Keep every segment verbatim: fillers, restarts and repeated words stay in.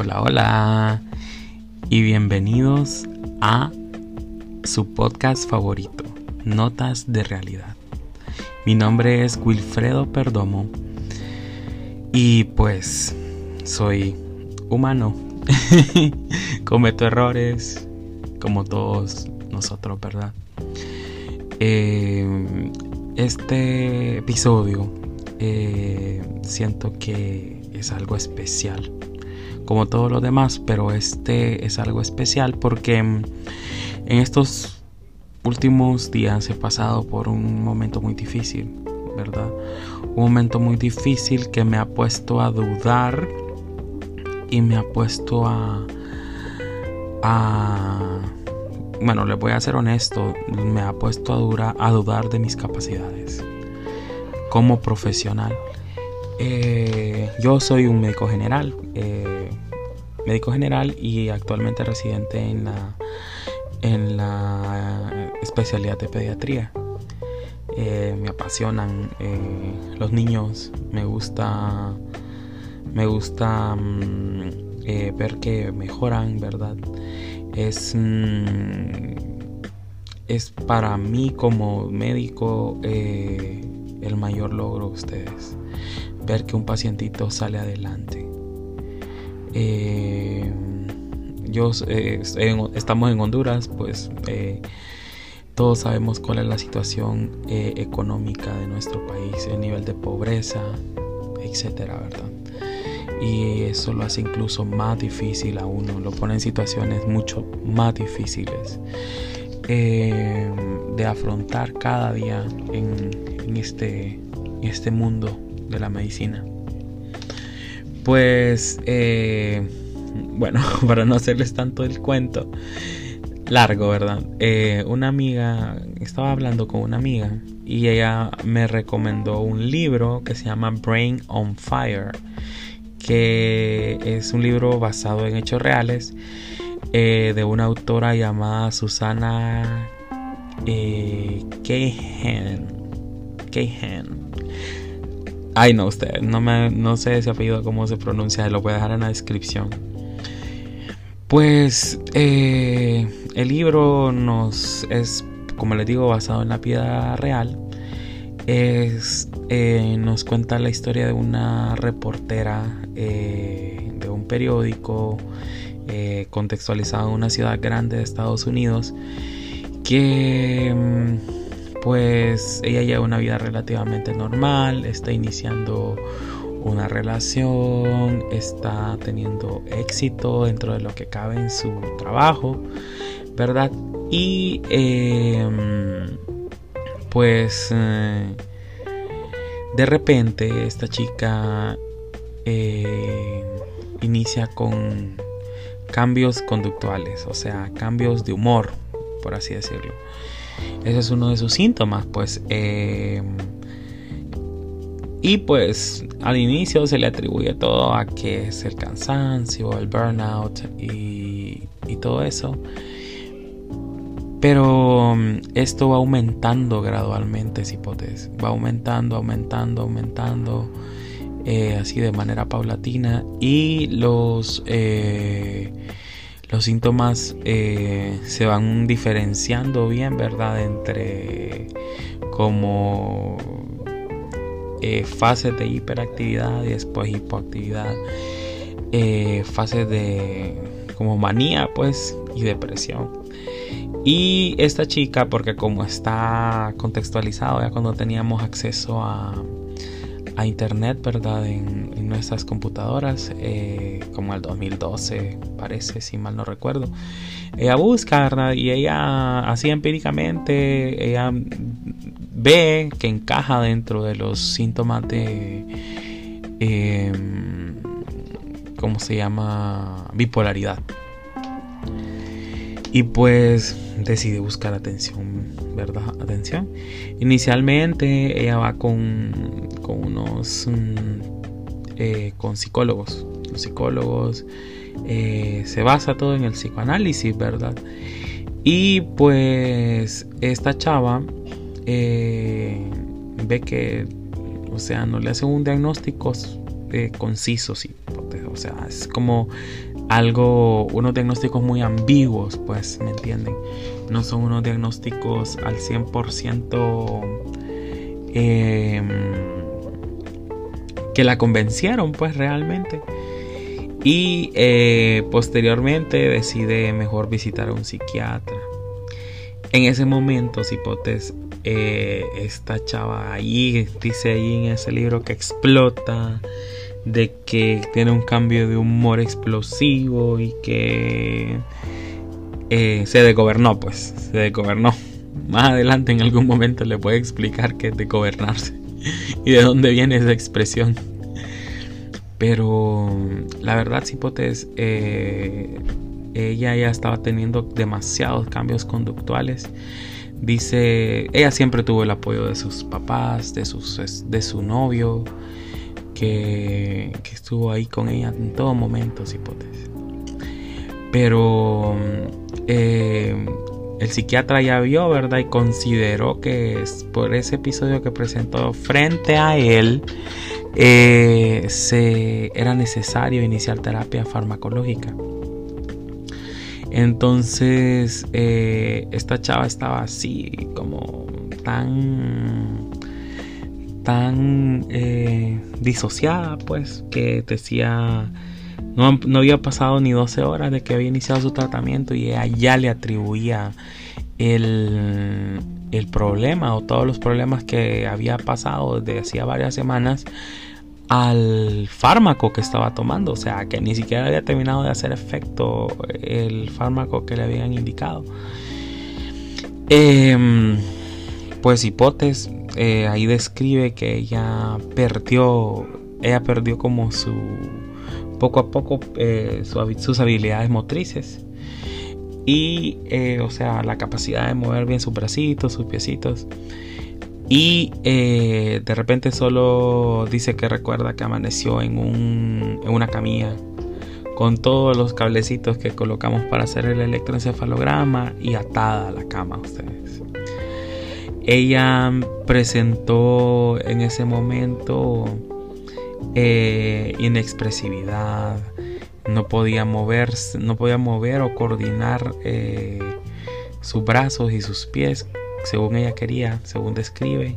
Hola, hola y bienvenidos a su podcast favorito, Notas de Realidad. Mi nombre es Wilfredo Perdomo y pues soy humano, cometo errores como todos nosotros, ¿verdad? Eh, este episodio eh, siento que es algo especial, como todos los demás, pero este es algo especial porque en estos últimos días he pasado por un momento muy difícil, ¿verdad? Un momento muy difícil que me ha puesto a dudar y me ha puesto a... a bueno, les voy a ser honesto, me ha puesto a, dura, a dudar de mis capacidades como profesional. Eh, yo soy un médico general, eh, médico general y actualmente residente en la, en la especialidad de pediatría. Eh, me apasionan eh, los niños, me gusta, me gusta mm, eh, ver que mejoran, ¿verdad? Es, mm, es para mí como médico eh, el mayor logro de ustedes. Ver que un pacientito sale adelante. Eh, yo eh, en, estamos en Honduras, pues eh, todos sabemos cuál es la situación eh, económica de nuestro país, el nivel de pobreza, etcétera, ¿verdad? Y eso lo hace incluso más difícil a uno, lo pone en situaciones mucho más difíciles eh, de afrontar cada día en, en, este, en este mundo de la medicina. Pues eh, bueno, para no hacerles tanto el cuento largo, ¿verdad? Eh, una amiga, estaba hablando con una amiga y ella me recomendó un libro que se llama Brain on Fire, que es un libro basado en hechos reales eh, de una autora llamada Susana eh, Cahan. Cahan. Ay, no, usted, no, me, no sé ese apellido cómo se pronuncia, lo voy a dejar en la descripción. Pues eh, el libro nos es, como les digo, basado en la vida real. Es, eh, nos cuenta la historia de una reportera eh, de un periódico eh, contextualizado en una ciudad grande de Estados Unidos, que pues ella lleva una vida relativamente normal, está iniciando una relación, está teniendo éxito dentro de lo que cabe en su trabajo, ¿verdad? Y eh, pues eh, de repente esta chica eh, inicia con cambios conductuales, o sea, cambios de humor, por así decirlo. Ese es uno de sus síntomas, pues. Eh, y pues al inicio se le atribuye todo a que es el cansancio, el burnout y, y todo eso. Pero esto va aumentando gradualmente, esa hipótesis. Va aumentando, aumentando, aumentando. Eh, así de manera paulatina. Y los... Eh, Los síntomas eh, se van diferenciando bien, ¿verdad? Entre como eh, fases de hiperactividad y después hipoactividad, eh, fases de como manía, pues, y depresión. Y esta chica, porque como está contextualizado ya cuando teníamos acceso a a internet, ¿verdad? En, en nuestras computadoras, eh, como el dos mil doce parece, si mal no recuerdo. Ella busca, ¿verdad? Y ella así empíricamente ella ve que encaja dentro de los síntomas de eh, ¿cómo se llama? Bipolaridad. Y pues decide buscar atención, ¿verdad? Atención. Inicialmente ella va con, con unos eh, con psicólogos. Los psicólogos eh, se basa todo en el psicoanálisis, ¿verdad? Y pues esta chava eh, ve que, o sea, no le hacen un diagnóstico eh, conciso, sí. O sea, es como algo, unos diagnósticos muy ambiguos, pues, ¿me entienden? No son unos diagnósticos al cien por ciento eh, que la convencieron, pues, realmente. Y eh, posteriormente decide mejor visitar a un psiquiatra. En ese momento, Cipotes, eh, esta chava ahí, dice ahí en ese libro que explota, de que tiene un cambio de humor explosivo y que eh, se desgobernó, pues, se desgobernó. Más adelante en algún momento le voy a explicar qué es desgobernarse y de dónde viene esa expresión. Pero la verdad, Cipotes, eh, ella ya estaba teniendo demasiados cambios conductuales. Dice, ella siempre tuvo el apoyo de sus papás, de, sus, de su novio, que, que estuvo ahí con ella en todo momento, Cipotes. Pero eh, el psiquiatra ya vio, ¿verdad? Y consideró que es por ese episodio que presentó frente a él, eh, se, era necesario iniciar terapia farmacológica. Entonces eh, esta chava estaba así como tan tan eh, disociada, pues, que decía no, no había pasado ni doce horas de que había iniciado su tratamiento y ella ya le atribuía el, el problema o todos los problemas que había pasado desde hacía varias semanas al fármaco que estaba tomando. O sea, que ni siquiera había terminado de hacer efecto el fármaco que le habían indicado. Eh, pues Cipotes eh, ahí describe que ella perdió, ella perdió como su, poco a poco eh, su, sus habilidades motrices. Y, eh, o sea, la capacidad de mover bien sus bracitos, sus piecitos. Y eh, de repente solo dice que recuerda que amaneció en, un, en una camilla con todos los cablecitos que colocamos para hacer el electroencefalograma y atada a la cama, ustedes. Ella presentó en ese momento eh, inexpresividad, no podía moverse, no podía mover o coordinar eh, sus brazos y sus pies según ella quería, según describe.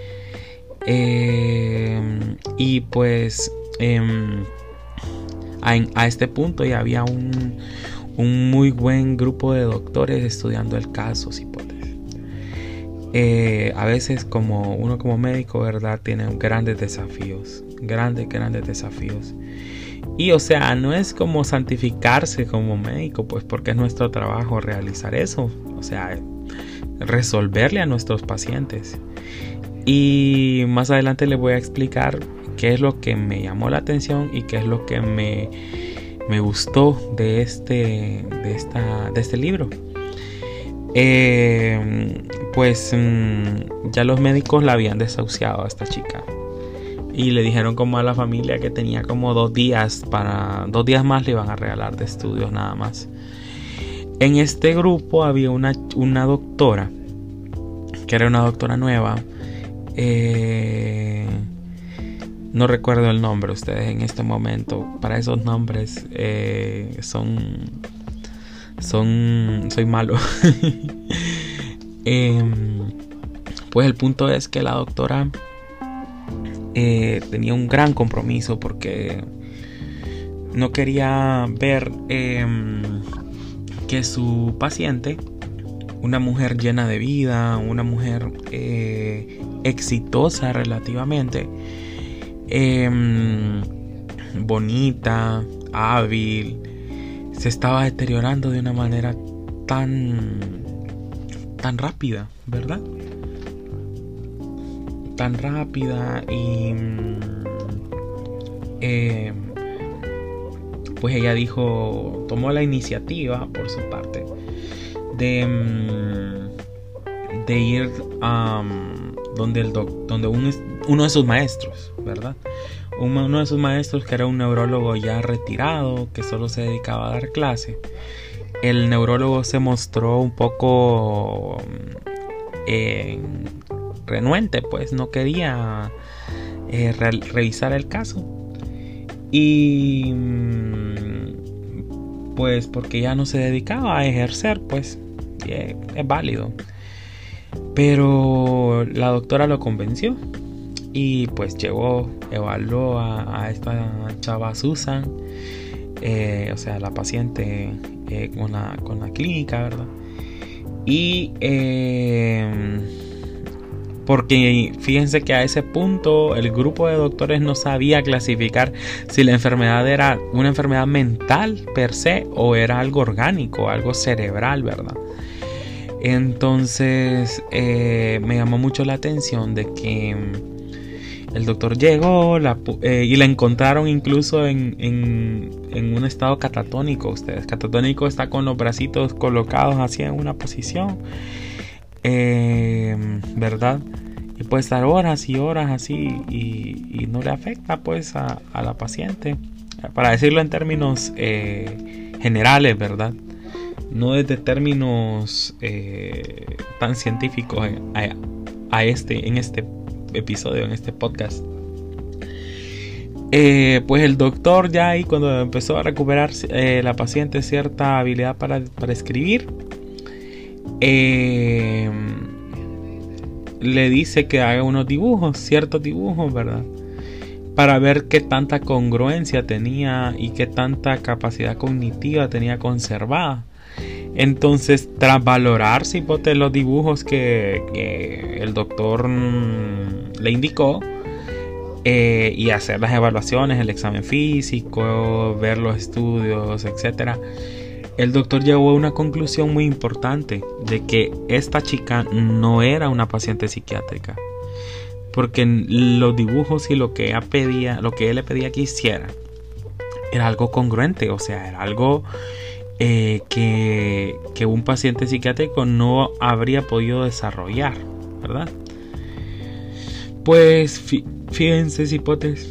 Eh, y pues eh, a, a este punto ya había un, un muy buen grupo de doctores estudiando el caso, Cipotes. Eh, a veces como uno como médico, ¿verdad? Tiene grandes desafíos, grandes, grandes desafíos. Y o sea, no es como santificarse como médico, pues porque es nuestro trabajo realizar eso. O sea, resolverle a nuestros pacientes. Y más adelante les voy a explicar qué es lo que me llamó la atención y qué es lo que me, me gustó de este, de esta, de este libro. Eh, pues mmm, ya los médicos la habían desahuciado a esta chica y le dijeron como a la familia que tenía como dos días para dos días más le iban a regalar de estudios nada más. En este grupo había una, una doctora que era una doctora nueva, eh, no recuerdo el nombre, ustedes en este momento, para esos nombres eh, son son soy malo. eh, pues el punto es que la doctora eh, tenía un gran compromiso porque no quería ver eh, que su paciente, una mujer llena de vida, una mujer eh, exitosa relativamente, eh, bonita, hábil, se estaba deteriorando de una manera tan tan rápida, ¿verdad? Tan rápida y eh, pues ella dijo, tomó la iniciativa por su parte de, de ir a um, donde, el doc, donde un, uno de sus maestros, ¿verdad? Uno de sus maestros que era un neurólogo ya retirado, que solo se dedicaba a dar clase. El neurólogo se mostró un poco eh, renuente, pues no quería eh, re revisar el caso. Y pues porque ya no se dedicaba a ejercer, pues es, es válido. Pero la doctora lo convenció y pues llegó, evaluó a, a esta chava Susan, eh, o sea, la paciente eh, con, la, con la clínica, ¿verdad? Y eh, porque fíjense que a ese punto el grupo de doctores no sabía clasificar si la enfermedad era una enfermedad mental per se o era algo orgánico, algo cerebral, ¿verdad? Entonces eh, me llamó mucho la atención de que el doctor llegó la, eh, y la encontraron incluso en, en, en un estado catatónico. Ustedes, catatónico está con los bracitos colocados así en una posición, eh, ¿verdad? Y puede estar horas y horas así y, y no le afecta pues a, a la paciente, para decirlo en términos eh, generales, ¿verdad? No desde términos eh, tan científicos a, a este, en este episodio, en este podcast. Eh, pues el doctor ya ahí cuando empezó a recuperar eh, la paciente cierta habilidad para, para escribir, eh, le dice que haga unos dibujos, ciertos dibujos, ¿verdad? Para ver qué tanta congruencia tenía y qué tanta capacidad cognitiva tenía conservada. Entonces, tras valorar si pues, los dibujos que, que el doctor mmm, le indicó eh, y hacer las evaluaciones, el examen físico, ver los estudios, etcétera, el doctor llegó a una conclusión muy importante de que esta chica no era una paciente psiquiátrica, porque los dibujos y lo que ella pedía, lo que él le pedía que hiciera era algo congruente, o sea, era algo Eh, que, que un paciente psiquiátrico no habría podido desarrollar, ¿verdad? Pues fíjense, hipótesis,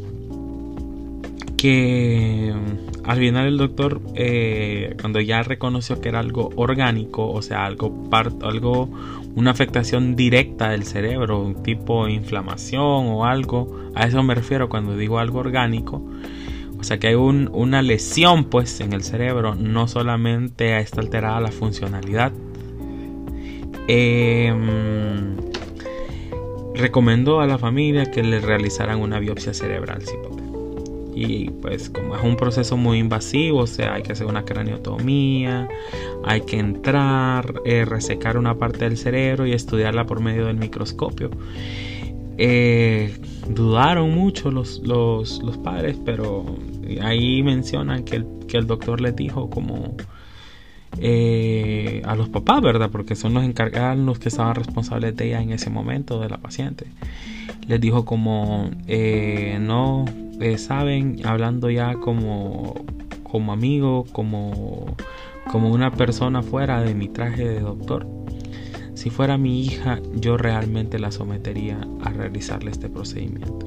que al final el doctor, eh, cuando ya reconoció que era algo orgánico, o sea, algo, part, algo una afectación directa del cerebro, tipo inflamación o algo, a eso me refiero cuando digo algo orgánico. O sea que hay un, una lesión pues en el cerebro, no solamente está alterada la funcionalidad. Eh, recomendó a la familia que le realizaran una biopsia cerebral, ¿sí? Y pues como es un proceso muy invasivo, o sea, hay que hacer una craniotomía, hay que entrar, eh, resecar una parte del cerebro y estudiarla por medio del microscopio. Eh, dudaron mucho los, los, los padres, pero ahí mencionan que el, que el doctor les dijo como eh, a los papás, ¿verdad? Porque son los encargados, los que estaban responsables de ella en ese momento, de la paciente. Les dijo como eh, no eh, saben, hablando ya como, como amigo, como, como una persona fuera de mi traje de doctor. Si fuera mi hija, yo realmente la sometería a realizarle este procedimiento.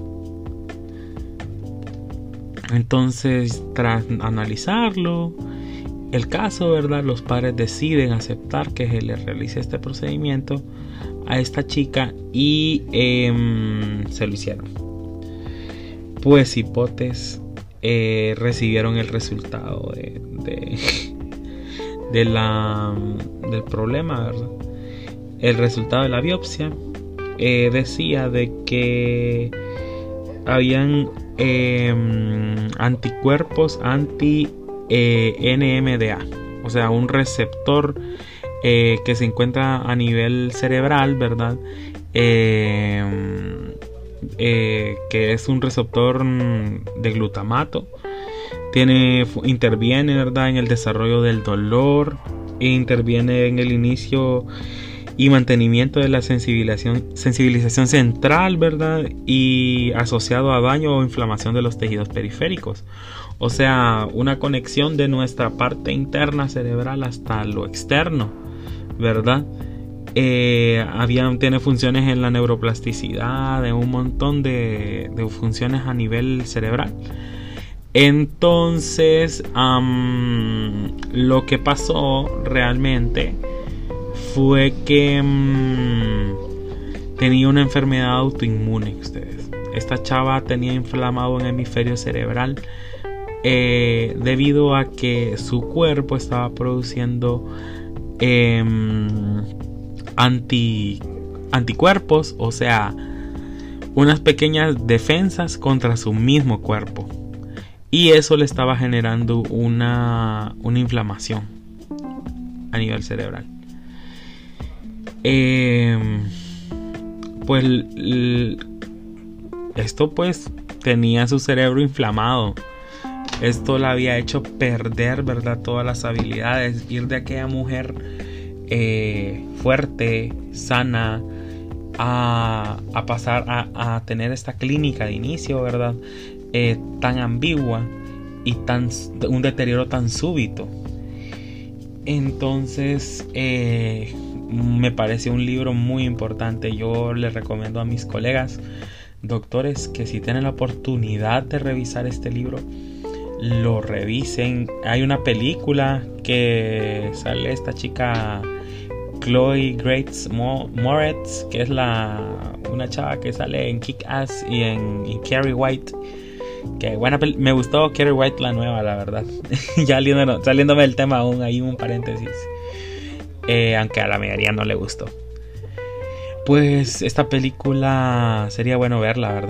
Entonces, tras analizarlo, el caso, ¿verdad? Los padres deciden aceptar que se le realice este procedimiento a esta chica y eh, se lo hicieron. Pues, hipótesis, eh, recibieron el resultado de, de, de la, del problema, ¿verdad? El resultado de la biopsia eh, decía de que habían eh, anticuerpos anti eh, N M D A, o sea, un receptor eh, que se encuentra a nivel cerebral, ¿verdad? Eh, eh, que es un receptor de glutamato, tiene, interviene, ¿verdad?, en el desarrollo del dolor, e interviene en el inicio y mantenimiento de la sensibilización, sensibilización central, ¿verdad? Y asociado a daño o inflamación de los tejidos periféricos. O sea, una conexión de nuestra parte interna cerebral hasta lo externo, ¿verdad? Eh, había, tiene funciones en la neuroplasticidad, en un montón de, de funciones a nivel cerebral. Entonces, um, lo que pasó realmente fue que mmm, tenía una enfermedad autoinmune. Ustedes, esta chava tenía inflamado un hemisferio cerebral eh, debido a que su cuerpo estaba produciendo eh, anti, anticuerpos, o sea, unas pequeñas defensas contra su mismo cuerpo, y eso le estaba generando una, una inflamación a nivel cerebral. Eh, pues l- esto pues tenía su cerebro inflamado. Esto la había hecho perder, ¿verdad?, todas las habilidades. Ir de aquella mujer eh, fuerte, sana, a, a pasar a, a tener esta clínica de inicio, ¿verdad?, eh, tan ambigua y tan, un deterioro tan súbito. Entonces eh, me parece un libro muy importante. Yo le recomiendo a mis colegas doctores que si tienen la oportunidad de revisar este libro, lo revisen. Hay una película que sale esta chica Chloe Grace Moretz, que es la una chava que sale en Kick-Ass y en y Carrie White. Que buena pel- me gustó Carrie White la nueva, la verdad. Ya saliéndome, saliéndome del tema aún, hay un paréntesis. Eh, aunque a la mayoría no le gustó. Pues esta película sería bueno verla, ¿verdad?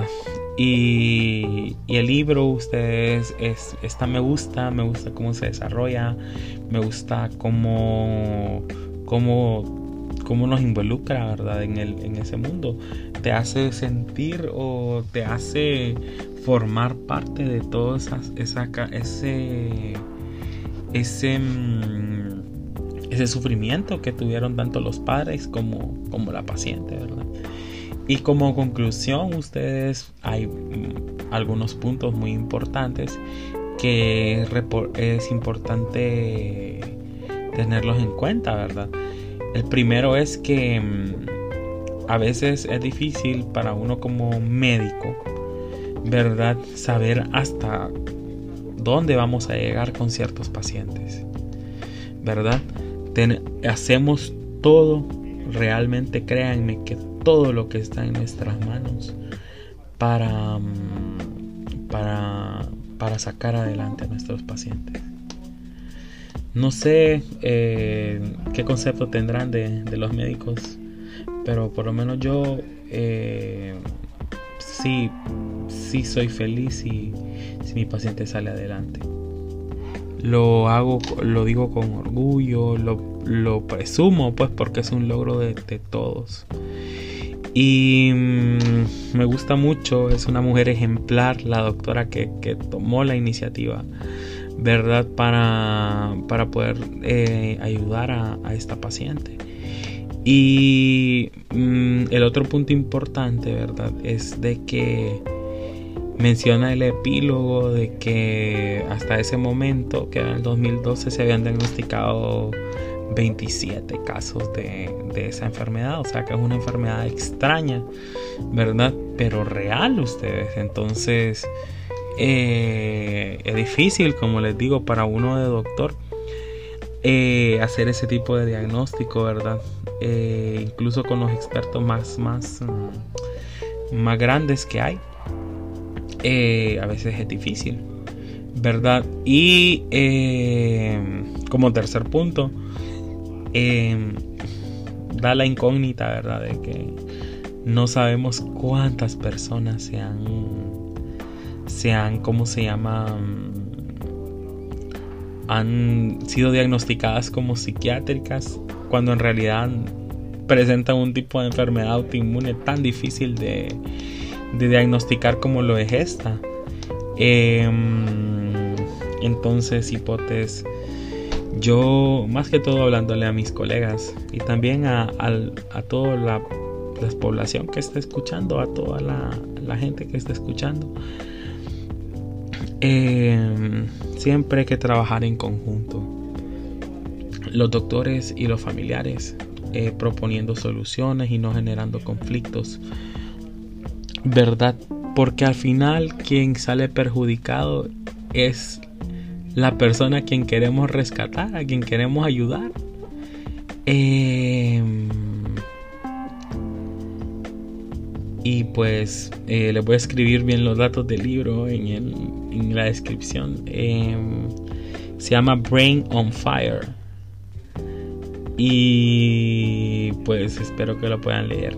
Y, y el libro, ustedes, es, esta me gusta, me gusta cómo se desarrolla, me gusta cómo, cómo, cómo nos involucra, ¿verdad?, en, el, en ese mundo. Te hace sentir o te hace formar parte de todo esa, esa, ese, ese, ese sufrimiento que tuvieron tanto los padres como, como la paciente, ¿verdad? Y como conclusión, ustedes, hay algunos puntos muy importantes que es importante tenerlos en cuenta, ¿verdad? El primero es que a veces es difícil para uno como médico, ¿verdad?, saber hasta dónde vamos a llegar con ciertos pacientes, ¿verdad? Ten, hacemos todo, realmente créanme que todo lo que está en nuestras manos para, para, para sacar adelante a nuestros pacientes. No sé eh, qué concepto tendrán de, de los médicos, pero por lo menos yo eh, sí, sí soy feliz si, si mi paciente sale adelante. Lo hago, lo digo con orgullo, lo, lo presumo, pues, porque es un logro de, de todos. Y mmm, me gusta mucho, es una mujer ejemplar, la doctora que, que tomó la iniciativa, ¿verdad?, para, para poder eh, ayudar a, a esta paciente. Y mmm, el otro punto importante, ¿verdad?, es de que menciona el epílogo de que hasta ese momento, que era en el dos mil doce, se habían diagnosticado veintisiete casos de, de esa enfermedad. O sea que es una enfermedad extraña, ¿verdad?, pero real, ustedes. Entonces eh, es difícil, como les digo, para uno de doctor eh, hacer ese tipo de diagnóstico, ¿verdad? Eh, incluso con los expertos más, más, más grandes que hay, eh, a veces es difícil, ¿verdad? Y eh, como tercer punto, eh, da la incógnita, ¿verdad?, de que no sabemos cuántas personas se han, se han, ¿cómo se llama?, han sido diagnosticadas como psiquiátricas, cuando en realidad presentan un tipo de enfermedad autoinmune tan difícil de, de diagnosticar como lo es esta. Eh, entonces, hipotes, yo más que todo hablándole a mis colegas y también a, a, a toda la, la población que está escuchando, a toda la, la gente que está escuchando, eh, siempre hay que trabajar en conjunto, los doctores y los familiares, eh, proponiendo soluciones y no generando conflictos, ¿verdad? Porque al final quien sale perjudicado es la persona a quien queremos rescatar, a quien queremos ayudar. Eh, Y pues eh, les voy a escribir bien los datos del libro en, el, en la descripción. Eh, se llama Brain on Fire. Y pues espero que lo puedan leer.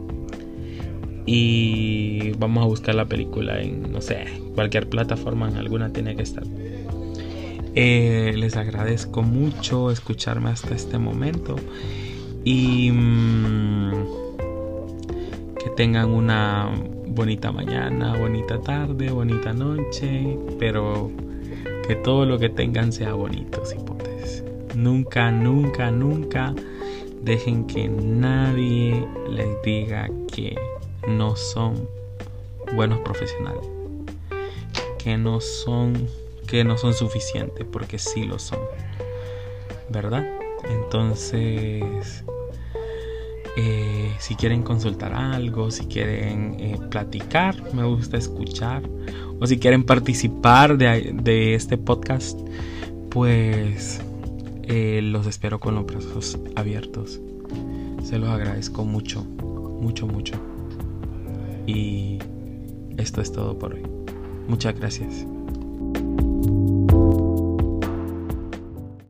Y vamos a buscar la película en, no sé, cualquier plataforma, en alguna tiene que estar. Eh, les agradezco mucho escucharme hasta este momento. Y mmm, que tengan una bonita mañana, bonita tarde, bonita noche. Pero que todo lo que tengan sea bonito, cipotes. Nunca, nunca, nunca dejen que nadie les diga que no son buenos profesionales, que no son que no son suficientes, porque sí lo son, ¿verdad? Entonces eh, si quieren consultar algo, si quieren eh, platicar, me gusta escuchar, o si quieren participar de, de este podcast, pues eh, los espero con los brazos abiertos. Se los agradezco mucho, mucho, mucho. Y esto es todo por hoy. Muchas gracias.